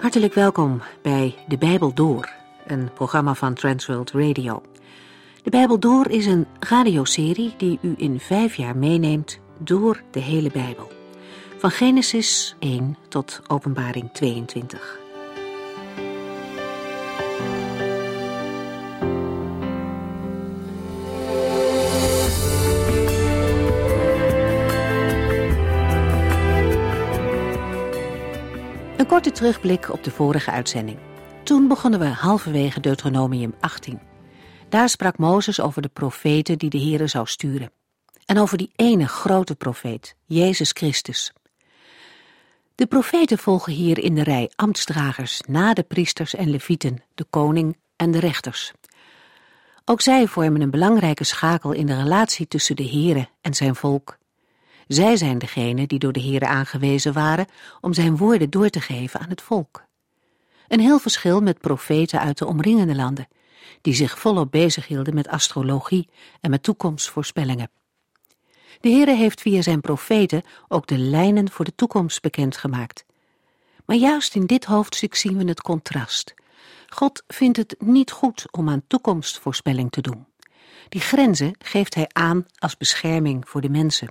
Hartelijk welkom bij De Bijbel Door, een programma van Transworld Radio. De Bijbel Door is een radioserie die u in 5 jaar meeneemt door de hele Bijbel. Van Genesis 1 tot Openbaring 22. Een korte terugblik op de vorige uitzending. Toen begonnen we halverwege Deuteronomium 18. Daar sprak Mozes over de profeten die de Heere zou sturen. En over die ene grote profeet, Jezus Christus. De profeten volgen hier in de rij ambtsdragers na de priesters en levieten, de koning en de rechters. Ook zij vormen een belangrijke schakel in de relatie tussen de Heere en zijn volk. Zij zijn degenen die door de Heere aangewezen waren om zijn woorden door te geven aan het volk. Een heel verschil met profeten uit de omringende landen, die zich volop bezighielden met astrologie en met toekomstvoorspellingen. De Heere heeft via zijn profeten ook de lijnen voor de toekomst bekendgemaakt. Maar juist in dit hoofdstuk zien we het contrast. God vindt het niet goed om aan toekomstvoorspelling te doen. Die grenzen geeft hij aan als bescherming voor de mensen.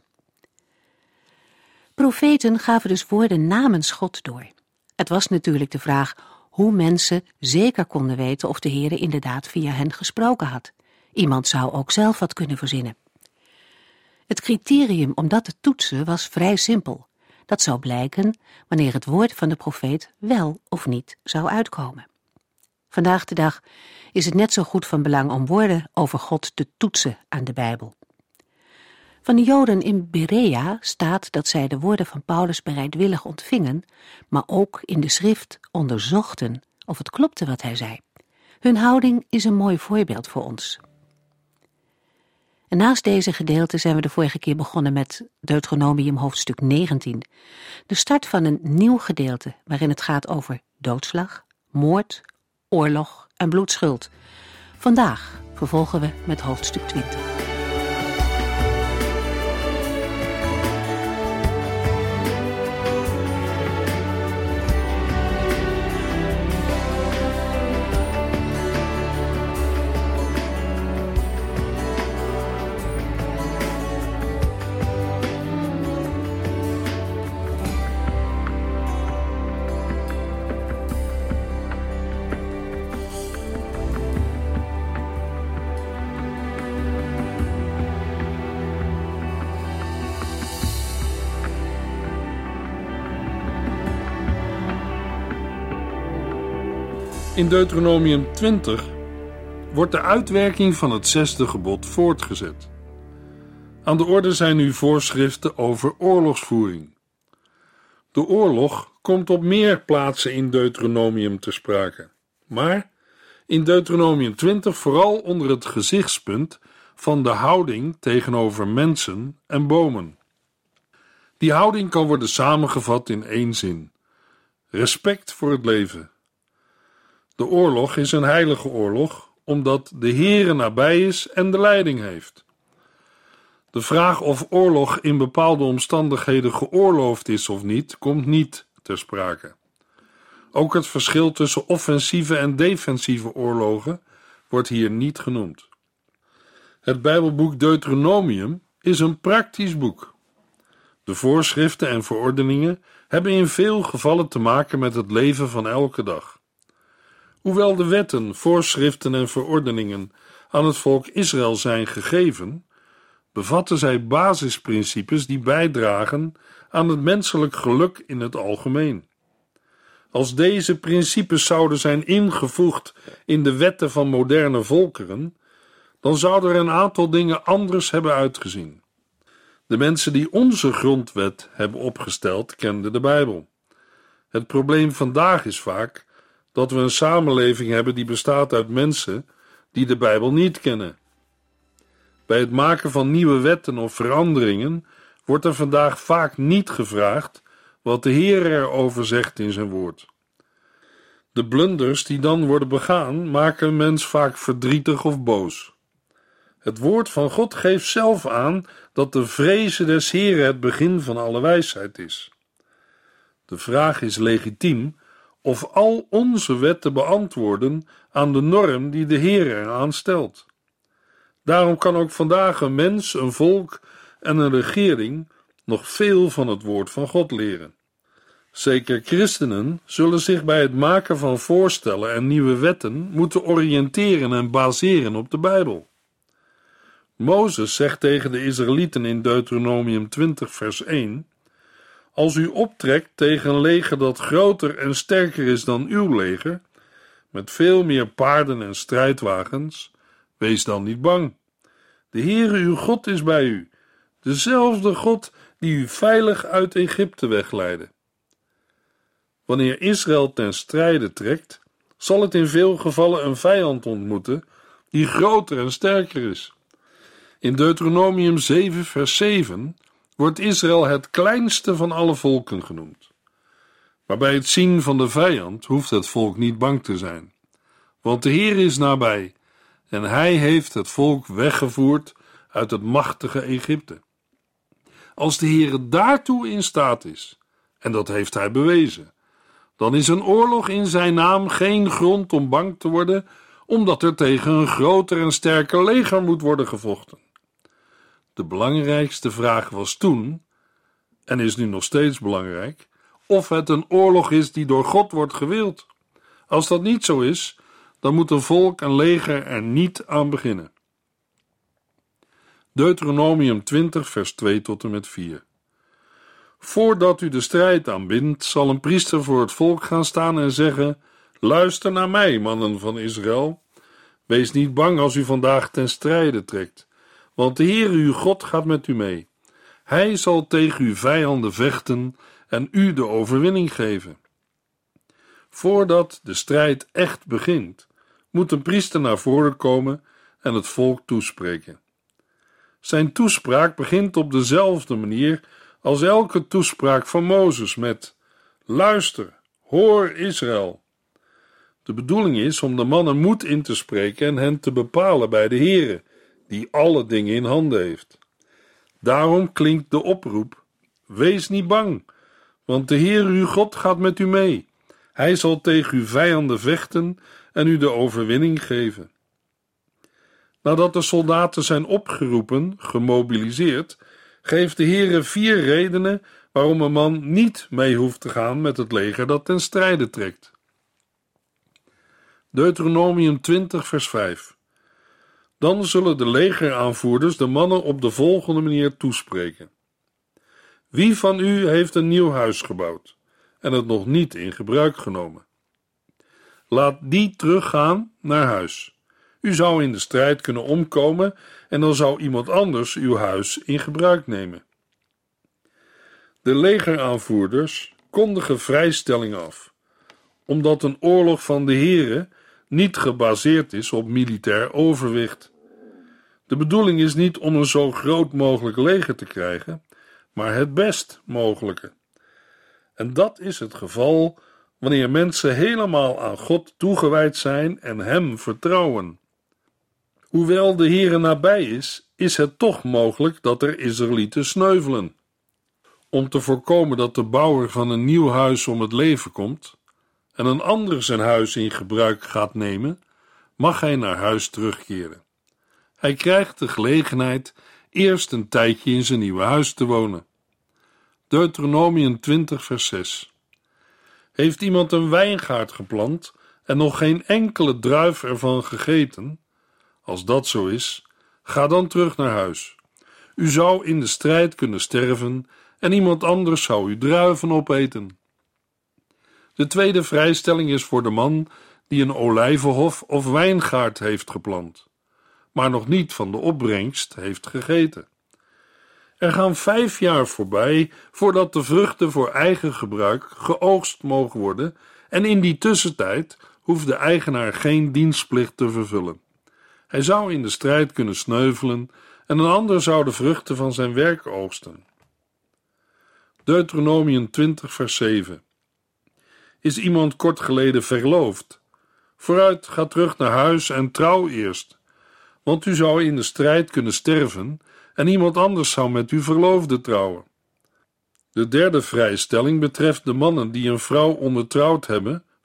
Profeten gaven dus woorden namens God door. Het was natuurlijk de vraag hoe mensen zeker konden weten of de Heere inderdaad via hen gesproken had. Iemand zou ook zelf wat kunnen verzinnen. Het criterium om dat te toetsen was vrij simpel. Dat zou blijken wanneer het woord van de profeet wel of niet zou uitkomen. Vandaag de dag is het net zo goed van belang om woorden over God te toetsen aan de Bijbel. Van de Joden in Berea staat dat zij de woorden van Paulus bereidwillig ontvingen, maar ook in de schrift onderzochten of het klopte wat hij zei. Hun houding is een mooi voorbeeld voor ons. En naast deze gedeelte zijn we de vorige keer begonnen met Deuteronomium hoofdstuk 19. De start van een nieuw gedeelte waarin het gaat over doodslag, moord, oorlog en bloedschuld. Vandaag vervolgen we met hoofdstuk 20. In Deuteronomium 20 wordt de uitwerking van het 6e gebod voortgezet. Aan de orde zijn nu voorschriften over oorlogsvoering. De oorlog komt op meer plaatsen in Deuteronomium te sprake, maar in Deuteronomium 20 vooral onder het gezichtspunt van de houding tegenover mensen en bomen. Die houding kan worden samengevat in 1 zin: respect voor het leven. De oorlog is een heilige oorlog, omdat de Heere nabij is en de leiding heeft. De vraag of oorlog in bepaalde omstandigheden geoorloofd is of niet, komt niet ter sprake. Ook het verschil tussen offensieve en defensieve oorlogen wordt hier niet genoemd. Het Bijbelboek Deuteronomium is een praktisch boek. De voorschriften en verordeningen hebben in veel gevallen te maken met het leven van elke dag. Hoewel de wetten, voorschriften en verordeningen aan het volk Israël zijn gegeven, bevatten zij basisprincipes die bijdragen aan het menselijk geluk in het algemeen. Als deze principes zouden zijn ingevoegd in de wetten van moderne volkeren, dan zouden er een aantal dingen anders hebben uitgezien. De mensen die onze grondwet hebben opgesteld, kenden de Bijbel. Het probleem vandaag is vaak dat we een samenleving hebben die bestaat uit mensen die de Bijbel niet kennen. Bij het maken van nieuwe wetten of veranderingen wordt er vandaag vaak niet gevraagd wat de Heer erover zegt in zijn woord. De blunders die dan worden begaan maken een mens vaak verdrietig of boos. Het woord van God geeft zelf aan dat de vreze des Heren het begin van alle wijsheid is. De vraag is legitiem of al onze wetten beantwoorden aan de norm die de Heer eraan stelt. Daarom kan ook vandaag een mens, een volk en een regering nog veel van het woord van God leren. Zeker christenen zullen zich bij het maken van voorstellen en nieuwe wetten moeten oriënteren en baseren op de Bijbel. Mozes zegt tegen de Israëlieten in Deuteronomium 20 vers 1: Als u optrekt tegen een leger dat groter en sterker is dan uw leger, met veel meer paarden en strijdwagens, wees dan niet bang. De Heere uw God is bij u, dezelfde God die u veilig uit Egypte wegleidde. Wanneer Israël ten strijde trekt, zal het in veel gevallen een vijand ontmoeten die groter en sterker is. In Deuteronomium 7 vers 7 wordt Israël het kleinste van alle volken genoemd. Maar bij het zien van de vijand hoeft het volk niet bang te zijn, want de Heer is nabij en hij heeft het volk weggevoerd uit het machtige Egypte. Als de Heer daartoe in staat is, en dat heeft hij bewezen, dan is een oorlog in zijn naam geen grond om bang te worden, omdat er tegen een groter en sterker leger moet worden gevochten. De belangrijkste vraag was toen, en is nu nog steeds belangrijk, of het een oorlog is die door God wordt gewild. Als dat niet zo is, dan moet een volk en leger er niet aan beginnen. Deuteronomium 20 vers 2 tot en met 4. Voordat u de strijd aanbindt, zal een priester voor het volk gaan staan en zeggen: Luister naar mij, mannen van Israël. Wees niet bang als u vandaag ten strijde trekt, want de Heer uw God gaat met u mee. Hij zal tegen uw vijanden vechten en u de overwinning geven. Voordat de strijd echt begint, moet een priester naar voren komen en het volk toespreken. Zijn toespraak begint op dezelfde manier als elke toespraak van Mozes met: Luister, hoor Israël. De bedoeling is om de mannen moed in te spreken en hen te bepalen bij de Heere, die alle dingen in handen heeft. Daarom klinkt de oproep: Wees niet bang, want de Heer uw God gaat met u mee. Hij zal tegen uw vijanden vechten en u de overwinning geven. Nadat de soldaten zijn opgeroepen, gemobiliseerd, geeft de Heere 4 redenen waarom een man niet mee hoeft te gaan met het leger dat ten strijde trekt. Deuteronomium 20 vers 5. Dan zullen de legeraanvoerders de mannen op de volgende manier toespreken: Wie van u heeft een nieuw huis gebouwd en het nog niet in gebruik genomen? Laat die teruggaan naar huis. U zou in de strijd kunnen omkomen en dan zou iemand anders uw huis in gebruik nemen. De legeraanvoerders kondigen vrijstelling af, omdat een oorlog van de Heere niet gebaseerd is op militair overwicht. De bedoeling is niet om een zo groot mogelijk leger te krijgen, maar het best mogelijke. En dat is het geval wanneer mensen helemaal aan God toegewijd zijn en hem vertrouwen. Hoewel de Heere nabij is het toch mogelijk dat er Israëlieten sneuvelen. Om te voorkomen dat de bouwer van een nieuw huis om het leven komt en een ander zijn huis in gebruik gaat nemen, mag hij naar huis terugkeren. Hij krijgt de gelegenheid eerst een tijdje in zijn nieuwe huis te wonen. Deuteronomium 20 vers 6. Heeft iemand een wijngaard geplant en nog geen enkele druif ervan gegeten? Als dat zo is, ga dan terug naar huis. U zou in de strijd kunnen sterven en iemand anders zou uw druiven opeten. De tweede vrijstelling is voor de man die een olijvenhof of wijngaard heeft geplant, maar nog niet van de opbrengst heeft gegeten. Er gaan 5 jaar voorbij voordat de vruchten voor eigen gebruik geoogst mogen worden en in die tussentijd hoeft de eigenaar geen dienstplicht te vervullen. Hij zou in de strijd kunnen sneuvelen en een ander zou de vruchten van zijn werk oogsten. Deuteronomium 20 vers 7. Is iemand kort geleden verloofd? Vooruit, ga terug naar huis en trouw eerst, want u zou in de strijd kunnen sterven en iemand anders zou met uw verloofde trouwen. De derde vrijstelling betreft de mannen die een vrouw ondertrouwd hebben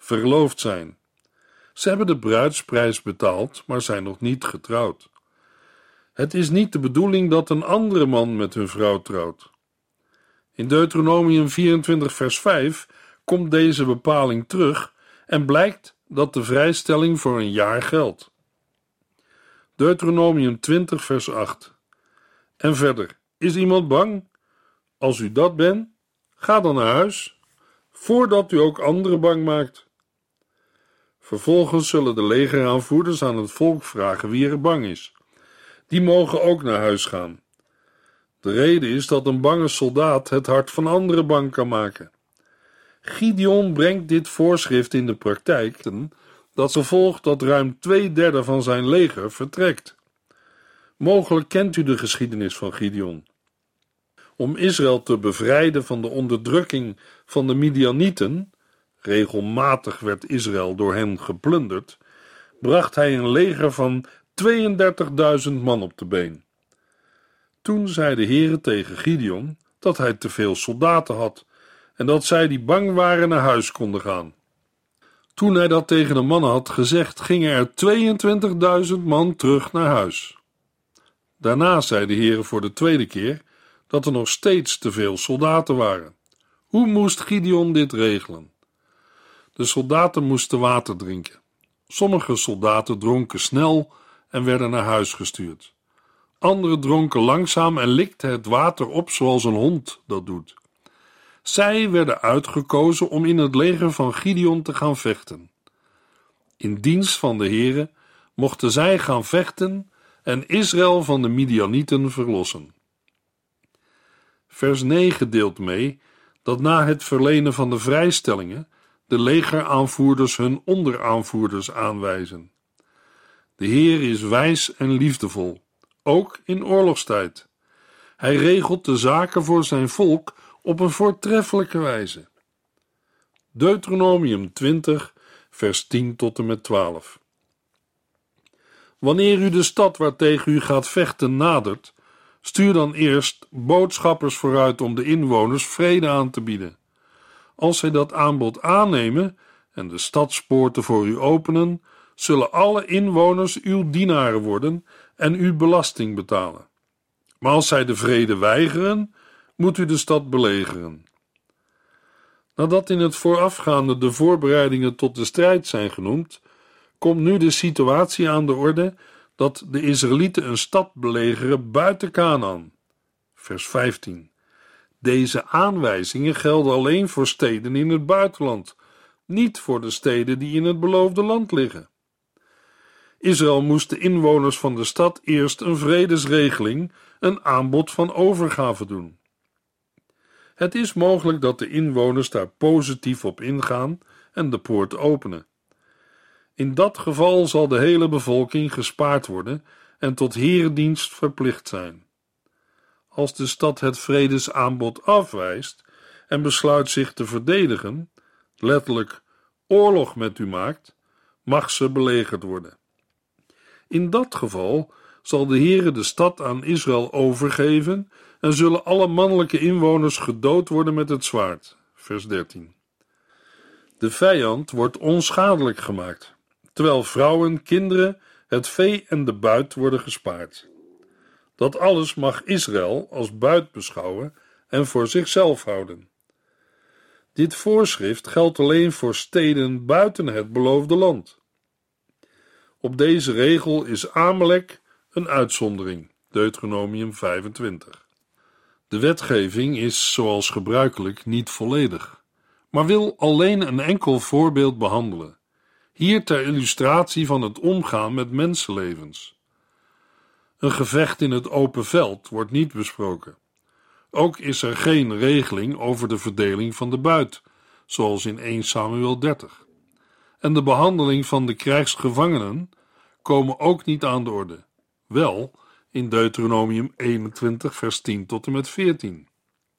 verloofd zijn. Ze hebben de bruidsprijs betaald, maar zijn nog niet getrouwd. Het is niet de bedoeling dat een andere man met hun vrouw trouwt. In Deuteronomium 24 vers 5 komt deze bepaling terug en blijkt dat de vrijstelling voor een jaar geldt. Deuteronomium 20 vers 8. En verder, is iemand bang? Als u dat bent, ga dan naar huis, voordat u ook anderen bang maakt. Vervolgens zullen de legeraanvoerders aan het volk vragen wie er bang is. Die mogen ook naar huis gaan. De reden is dat een bange soldaat het hart van anderen bang kan maken. Gideon brengt dit voorschrift in de praktijk, dat gevolg dat ruim 2/3 van zijn leger vertrekt. Mogelijk kent u de geschiedenis van Gideon. Om Israël te bevrijden van de onderdrukking van de Midianieten, regelmatig werd Israël door hen geplunderd, bracht hij een leger van 32.000 man op de been. Toen zei de Heere tegen Gideon dat hij te veel soldaten had en dat zij die bang waren naar huis konden gaan. Toen hij dat tegen de mannen had gezegd, gingen er 22.000 man terug naar huis. Daarna zei de Heere voor de tweede keer dat er nog steeds te veel soldaten waren. Hoe moest Gideon dit regelen? De soldaten moesten water drinken. Sommige soldaten dronken snel en werden naar huis gestuurd. Anderen dronken langzaam en likten het water op zoals een hond dat doet. Zij werden uitgekozen om in het leger van Gideon te gaan vechten. In dienst van de Heere mochten zij gaan vechten en Israël van de Midianieten verlossen. Vers 9 deelt mee dat na het verlenen van de vrijstellingen de legeraanvoerders hun onderaanvoerders aanwijzen. De Heer is wijs en liefdevol, ook in oorlogstijd. Hij regelt de zaken voor zijn volk op een voortreffelijke wijze. Deuteronomium 20, vers 10 tot en met 12. Wanneer u de stad waartegen u gaat vechten nadert, stuur dan eerst boodschappers vooruit om de inwoners vrede aan te bieden. Als zij dat aanbod aannemen en de stadspoorten voor u openen, zullen alle inwoners uw dienaren worden en u belasting betalen. Maar als zij de vrede weigeren, moet u de stad belegeren. Nadat in het voorafgaande de voorbereidingen tot de strijd zijn genoemd, komt nu de situatie aan de orde dat de Israëlieten een stad belegeren buiten Kanaan. Vers 15. Deze aanwijzingen gelden alleen voor steden in het buitenland, niet voor de steden die in het beloofde land liggen. Israël moest de inwoners van de stad eerst een vredesregeling, een aanbod van overgave doen. Het is mogelijk dat de inwoners daar positief op ingaan en de poort openen. In dat geval zal de hele bevolking gespaard worden en tot herendienst verplicht zijn. Als de stad het vredesaanbod afwijst en besluit zich te verdedigen, letterlijk oorlog met u maakt, mag ze belegerd worden. In dat geval zal de Heere de stad aan Israël overgeven en zullen alle mannelijke inwoners gedood worden met het zwaard. Vers 13. De vijand wordt onschadelijk gemaakt, terwijl vrouwen, kinderen, het vee en de buit worden gespaard. Dat alles mag Israël als buit beschouwen en voor zichzelf houden. Dit voorschrift geldt alleen voor steden buiten het beloofde land. Op deze regel is Amalek een uitzondering, Deuteronomium 25. De wetgeving is, zoals gebruikelijk, niet volledig, maar wil alleen een enkel voorbeeld behandelen, hier ter illustratie van het omgaan met mensenlevens. Een gevecht in het open veld wordt niet besproken. Ook is er geen regeling over de verdeling van de buit, zoals in 1 Samuel 30. En de behandeling van de krijgsgevangenen komen ook niet aan de orde, wel in Deuteronomium 21 vers 10 tot en met 14.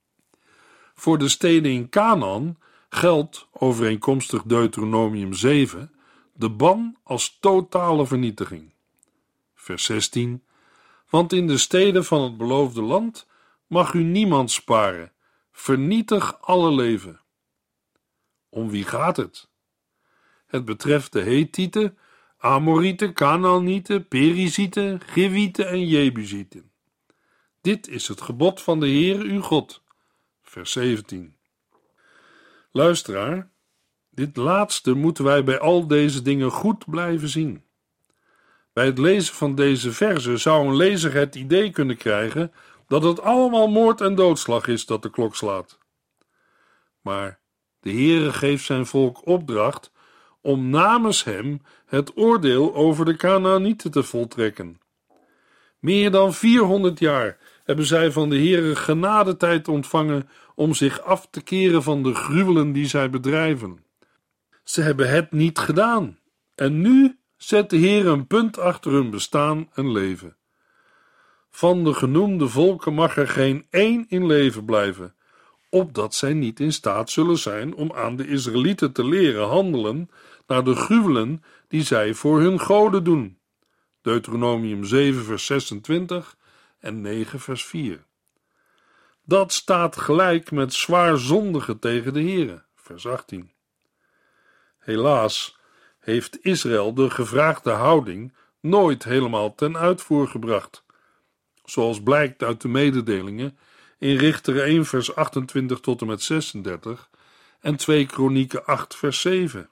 Voor de steden in Kanaan geldt, overeenkomstig Deuteronomium 7, de ban als totale vernietiging. Vers 16. Want in de steden van het beloofde land mag u niemand sparen, vernietig alle leven. Om wie gaat het? Het betreft de Hethieten, Amorieten, Kanaanieten, Perizieten, Gewieten en Jebusieten. Dit is het gebod van de Heere uw God. Vers 17. Luisteraar, dit laatste moeten wij bij al deze dingen goed blijven zien. Bij het lezen van deze verzen zou een lezer het idee kunnen krijgen dat het allemaal moord en doodslag is dat de klok slaat. Maar de Heere geeft zijn volk opdracht om namens hem het oordeel over de Kanaanieten te voltrekken. Meer dan 400 jaar hebben zij van de Heere genadetijd ontvangen om zich af te keren van de gruwelen die zij bedrijven. Ze hebben het niet gedaan en nu zet de Heere een punt achter hun bestaan en leven. Van de genoemde volken mag er geen één in leven blijven, opdat zij niet in staat zullen zijn om aan de Israëlieten te leren handelen naar de gruwelen die zij voor hun goden doen. Deuteronomium 7 vers 26 en 9 vers 4. Dat staat gelijk met zwaar zondigen tegen de Heere, vers 18. Helaas heeft Israël de gevraagde houding nooit helemaal ten uitvoer gebracht, zoals blijkt uit de mededelingen in Richteren 1 vers 28 tot en met 36 en 2 Kronieken 8 vers 7.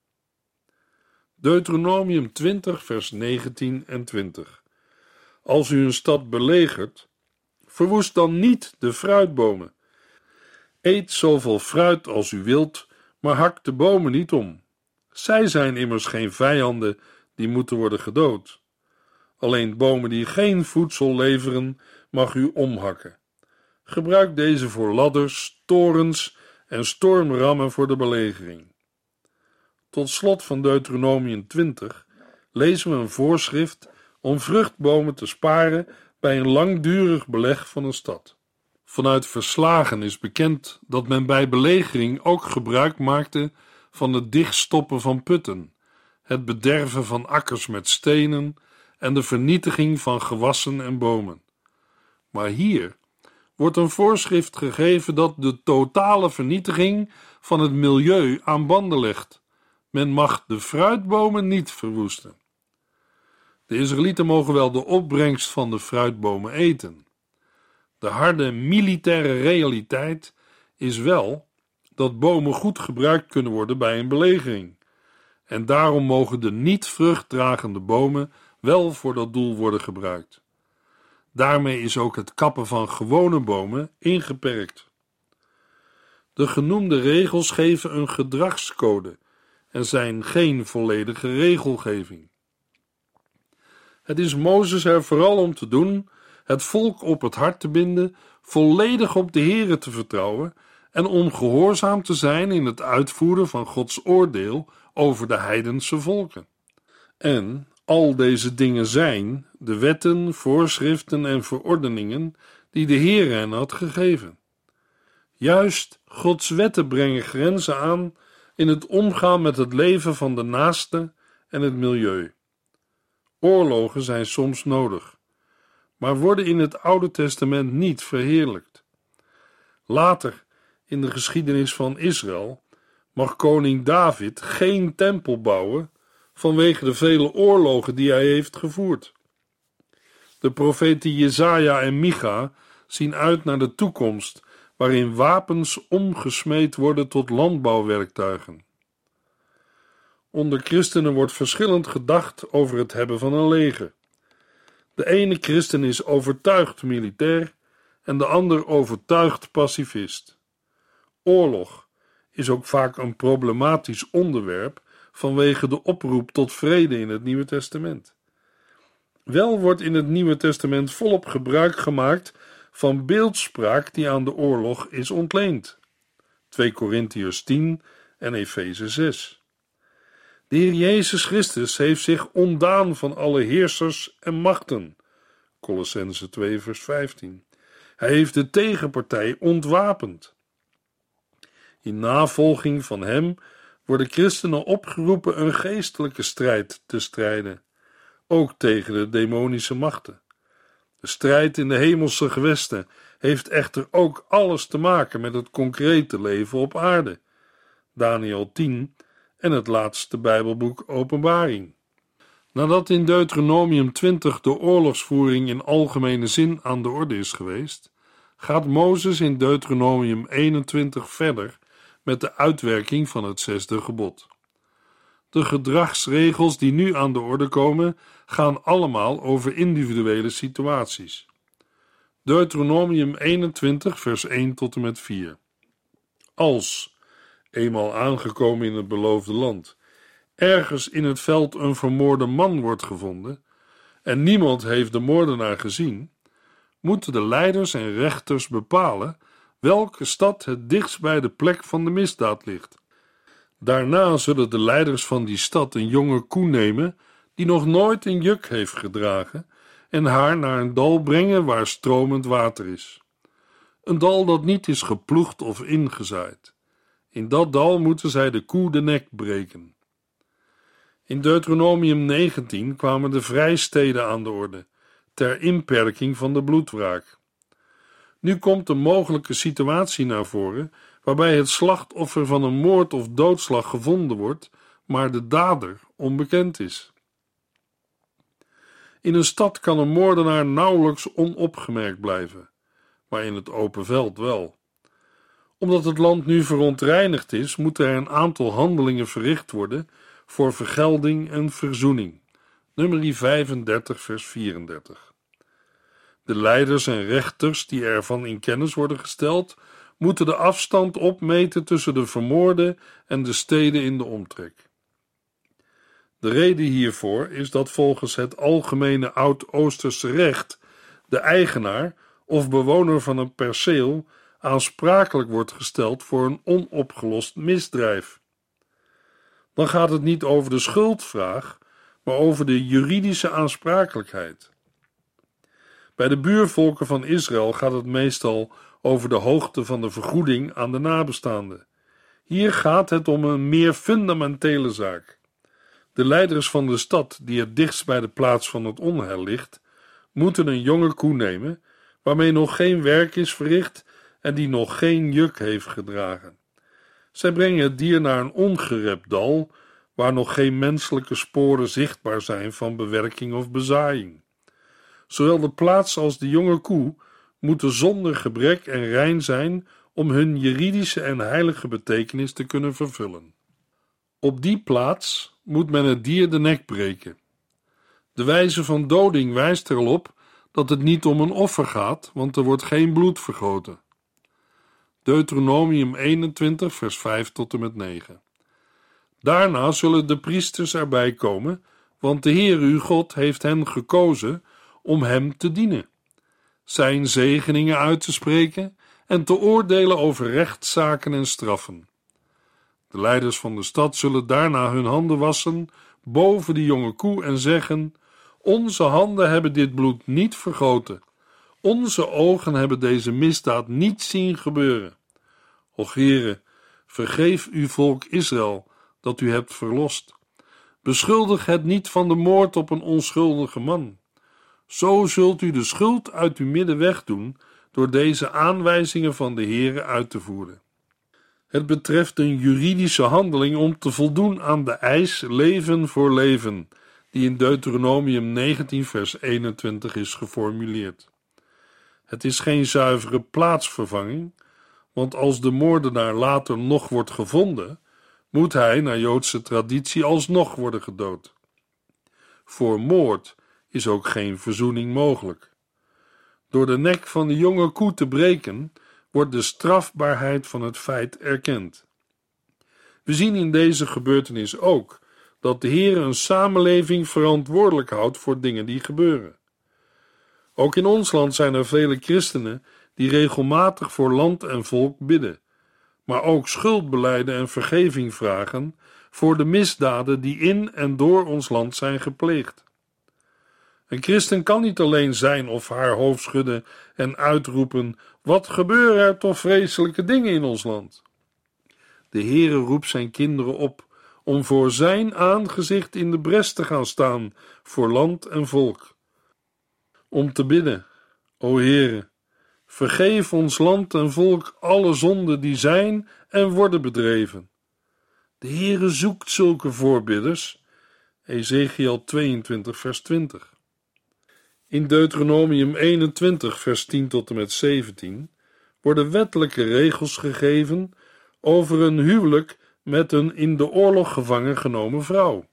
Deuteronomium 20 vers 19 en 20. Als u een stad belegert, verwoest dan niet de fruitbomen. Eet zoveel fruit als u wilt, maar hak de bomen niet om. Zij zijn immers geen vijanden die moeten worden gedood. Alleen bomen die geen voedsel leveren, mag u omhakken. Gebruik deze voor ladders, torens en stormrammen voor de belegering. Tot slot van Deuteronomium 20 lezen we een voorschrift om vruchtbomen te sparen bij een langdurig beleg van een stad. Vanuit verslagen is bekend dat men bij belegering ook gebruik maakte van het dichtstoppen van putten, het bederven van akkers met stenen en de vernietiging van gewassen en bomen. Maar hier wordt een voorschrift gegeven dat de totale vernietiging van het milieu aan banden legt. Men mag de fruitbomen niet verwoesten. De Israëlieten mogen wel de opbrengst van de fruitbomen eten. De harde militaire realiteit is wel dat bomen goed gebruikt kunnen worden bij een belegering. En daarom mogen de niet vruchtdragende bomen wel voor dat doel worden gebruikt. Daarmee is ook het kappen van gewone bomen ingeperkt. De genoemde regels geven een gedragscode en zijn geen volledige regelgeving. Het is Mozes er vooral om te doen het volk op het hart te binden, volledig op de Heere te vertrouwen en om gehoorzaam te zijn in het uitvoeren van Gods oordeel over de heidense volken. En al deze dingen zijn de wetten, voorschriften en verordeningen die de Heere hen had gegeven. Juist Gods wetten brengen grenzen aan in het omgaan met het leven van de naaste en het milieu. Oorlogen zijn soms nodig, maar worden in het Oude Testament niet verheerlijkt. Later in de geschiedenis van Israël mag koning David geen tempel bouwen vanwege de vele oorlogen die hij heeft gevoerd. De profeten Jesaja en Micha zien uit naar de toekomst waarin wapens omgesmeed worden tot landbouwwerktuigen. Onder christenen wordt verschillend gedacht over het hebben van een leger. De ene christen is overtuigd militair en de ander overtuigd pacifist. Oorlog is ook vaak een problematisch onderwerp vanwege de oproep tot vrede in het Nieuwe Testament. Wel wordt in het Nieuwe Testament volop gebruik gemaakt van beeldspraak die aan de oorlog is ontleend. 2 Korintiërs 10 en Efeze 6. De Heer Jezus Christus heeft zich ontdaan van alle heersers en machten. Kolossenzen 2 vers 15. Hij heeft de tegenpartij ontwapend. In navolging van hem worden christenen opgeroepen een geestelijke strijd te strijden, ook tegen de demonische machten. De strijd in de hemelse gewesten heeft echter ook alles te maken met het concrete leven op aarde. Daniël 10 en het laatste Bijbelboek Openbaring. Nadat in Deuteronomium 20 de oorlogsvoering in algemene zin aan de orde is geweest, gaat Mozes in Deuteronomium 21 verder met de uitwerking van het 6e gebod. De gedragsregels die nu aan de orde komen, gaan allemaal over individuele situaties. Deuteronomium 21 vers 1 tot en met 4. Als, eenmaal aangekomen in het beloofde land, ergens in het veld een vermoorde man wordt gevonden en niemand heeft de moordenaar gezien, moeten de leiders en rechters bepalen welke stad het dichtst bij de plek van de misdaad ligt. Daarna zullen de leiders van die stad een jonge koe nemen die nog nooit een juk heeft gedragen en haar naar een dal brengen waar stromend water is. Een dal dat niet is geploegd of ingezaaid. In dat dal moeten zij de koe de nek breken. In Deuteronomium 19 kwamen de vrijsteden aan de orde, ter inperking van de bloedwraak. Nu komt een mogelijke situatie naar voren waarbij het slachtoffer van een moord of doodslag gevonden wordt, maar de dader onbekend is. In een stad kan een moordenaar nauwelijks onopgemerkt blijven, maar in het open veld wel. Omdat het land nu verontreinigd is, moeten er een aantal handelingen verricht worden voor vergelding en verzoening. Nummer 35 vers 34. De leiders en rechters die ervan in kennis worden gesteld, moeten de afstand opmeten tussen de vermoorde en de steden in de omtrek. De reden hiervoor is dat volgens het algemene Oud-Oosterse recht de eigenaar of bewoner van een perceel aansprakelijk wordt gesteld voor een onopgelost misdrijf. Dan gaat het niet over de schuldvraag, maar over de juridische aansprakelijkheid. Bij de buurvolken van Israël gaat het meestal over de hoogte van de vergoeding aan de nabestaanden. Hier gaat het om een meer fundamentele zaak. De leiders van de stad die het dichtst bij de plaats van het onheil ligt, moeten een jonge koe nemen, waarmee nog geen werk is verricht en die nog geen juk heeft gedragen. Zij brengen het dier naar een ongerept dal, waar nog geen menselijke sporen zichtbaar zijn van bewerking of bezaaiing. Zowel de plaats als de jonge koe moeten zonder gebrek en rein zijn om hun juridische en heilige betekenis te kunnen vervullen. Op die plaats moet men het dier de nek breken. De wijze van doding wijst er al op dat het niet om een offer gaat, want er wordt geen bloed vergoten. Deuteronomium 21 vers 5 tot en met 9. Daarna zullen de priesters erbij komen, want de Heer uw God heeft hen gekozen om hem te dienen, zijn zegeningen uit te spreken en te oordelen over rechtszaken en straffen. De leiders van de stad zullen daarna hun handen wassen boven de jonge koe en zeggen: onze handen hebben dit bloed niet vergoten, onze ogen hebben deze misdaad niet zien gebeuren. Och Heere, vergeef uw volk Israël dat u hebt verlost. Beschuldig het niet van de moord op een onschuldige man. Zo zult u de schuld uit uw midden wegdoen door deze aanwijzingen van de Heere uit te voeren. Het betreft een juridische handeling om te voldoen aan de eis leven voor leven, die in Deuteronomium 19 vers 21 is geformuleerd. Het is geen zuivere plaatsvervanging, want als de moordenaar later nog wordt gevonden, moet hij naar Joodse traditie alsnog worden gedood. Voor moord is ook geen verzoening mogelijk. Door de nek van de jonge koe te breken, wordt de strafbaarheid van het feit erkend. We zien in deze gebeurtenis ook dat de Heer een samenleving verantwoordelijk houdt voor dingen die gebeuren. Ook in ons land zijn er vele christenen die regelmatig voor land en volk bidden, maar ook schuldbelijden en vergeving vragen voor de misdaden die in en door ons land zijn gepleegd. Een christen kan niet alleen zijn of haar hoofd schudden en uitroepen: wat gebeuren er toch vreselijke dingen in ons land? De Heere roept zijn kinderen op om voor zijn aangezicht in de bres te gaan staan voor land en volk. Om te bidden: o Heere, vergeef ons land en volk alle zonden die zijn en worden bedreven. De De Heere zoekt zulke voorbidders. Ezechiël 22 vers 20. In Deuteronomium 21 vers 10 tot en met 17 worden wettelijke regels gegeven over een huwelijk met een in de oorlog gevangen genomen vrouw.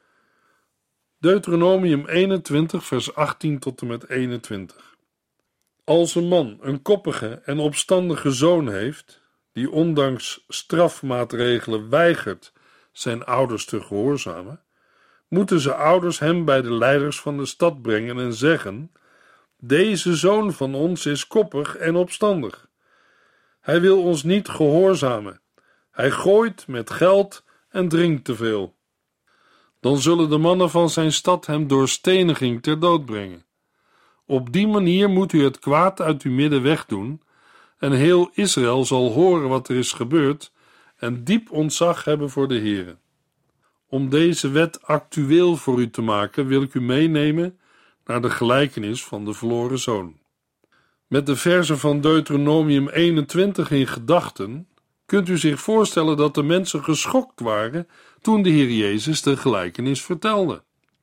Deuteronomium 21 vers 18 tot en met 21. Als een man een koppige en opstandige zoon heeft, die ondanks strafmaatregelen weigert zijn ouders te gehoorzamen, moeten zijn ouders hem bij de leiders van de stad brengen en zeggen: deze zoon van ons is koppig en opstandig. Hij wil ons niet gehoorzamen. Hij gooit met geld en drinkt te veel. Dan zullen de mannen van zijn stad hem door steniging ter dood brengen. Op die manier moet u het kwaad uit uw midden wegdoen, en heel Israël zal horen wat er is gebeurd en diep ontzag hebben voor de Heere. Om deze wet actueel voor u te maken, wil ik u meenemen naar de gelijkenis van de verloren zoon. Met de verzen van Deuteronomium 21 in gedachten kunt u zich voorstellen dat de mensen geschokt waren toen de Heer Jezus de gelijkenis vertelde.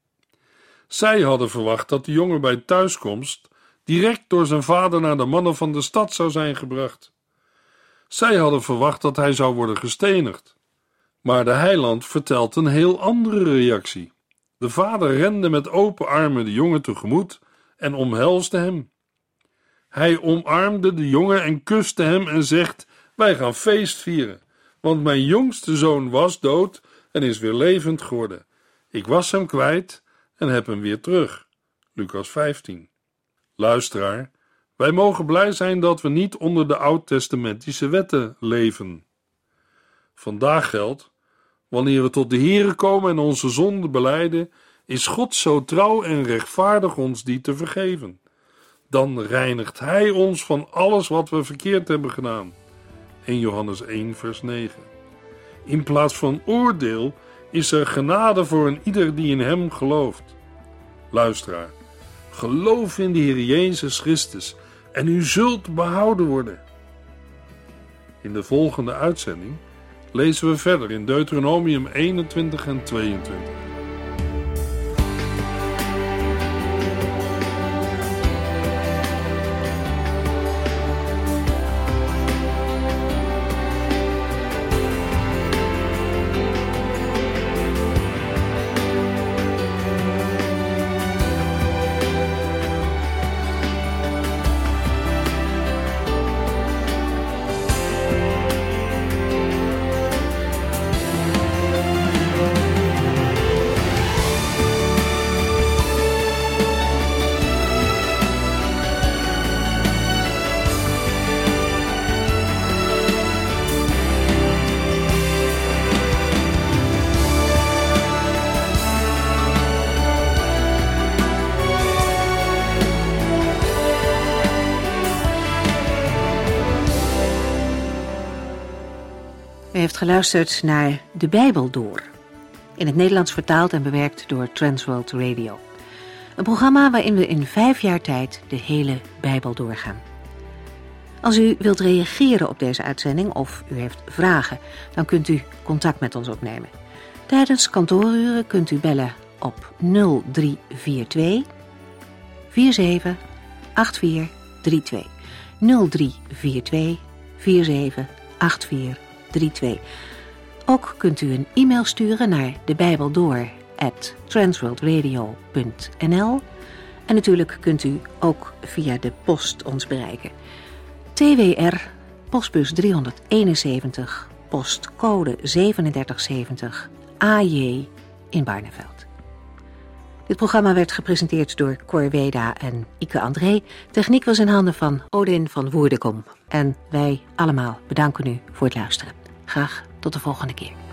Zij hadden verwacht dat de jongen bij thuiskomst direct door zijn vader naar de mannen van de stad zou zijn gebracht. Zij hadden verwacht dat hij zou worden gestenigd. Maar de heiland vertelt een heel andere reactie. De vader rende met open armen de jongen tegemoet en omhelsde hem. Hij omarmde de jongen en kuste hem en zegt: wij gaan feest vieren, want mijn jongste zoon was dood en is weer levend geworden. Ik was hem kwijt en heb hem weer terug. Lucas 15. Luisteraar, wij mogen blij zijn dat we niet onder de oud-testamentische wetten leven. Vandaag geldt: wanneer we tot de Heere komen en onze zonden belijden, is God zo trouw en rechtvaardig ons die te vergeven. Dan reinigt Hij ons van alles wat we verkeerd hebben gedaan. 1 Johannes 1 vers 9. In plaats van oordeel is er genade voor een ieder die in Hem gelooft. Luisteraar, geloof in de Heer Jezus Christus en u zult behouden worden. In de volgende uitzending lezen we verder in Deuteronomium 21 en 22. U heeft geluisterd naar De Bijbel Door. In het Nederlands vertaald en bewerkt door Transworld Radio. Een programma waarin we in 5 jaar tijd de hele Bijbel doorgaan. Als u wilt reageren op deze uitzending of u heeft vragen, dan kunt u contact met ons opnemen. Tijdens kantooruren kunt u bellen op 0342 47 8432. 0342 47 8432. Ook kunt u een e-mail sturen naar debijbeldoor@transworldradio.nl en natuurlijk kunt u ook via de post ons bereiken. TWR, postbus 371, postcode 3770, AJ in Barneveld. Dit programma werd gepresenteerd door Cor Weda en Ike André. Techniek was in handen van Odin van Woerdekom. En wij allemaal bedanken u voor het luisteren. Graag tot de volgende keer.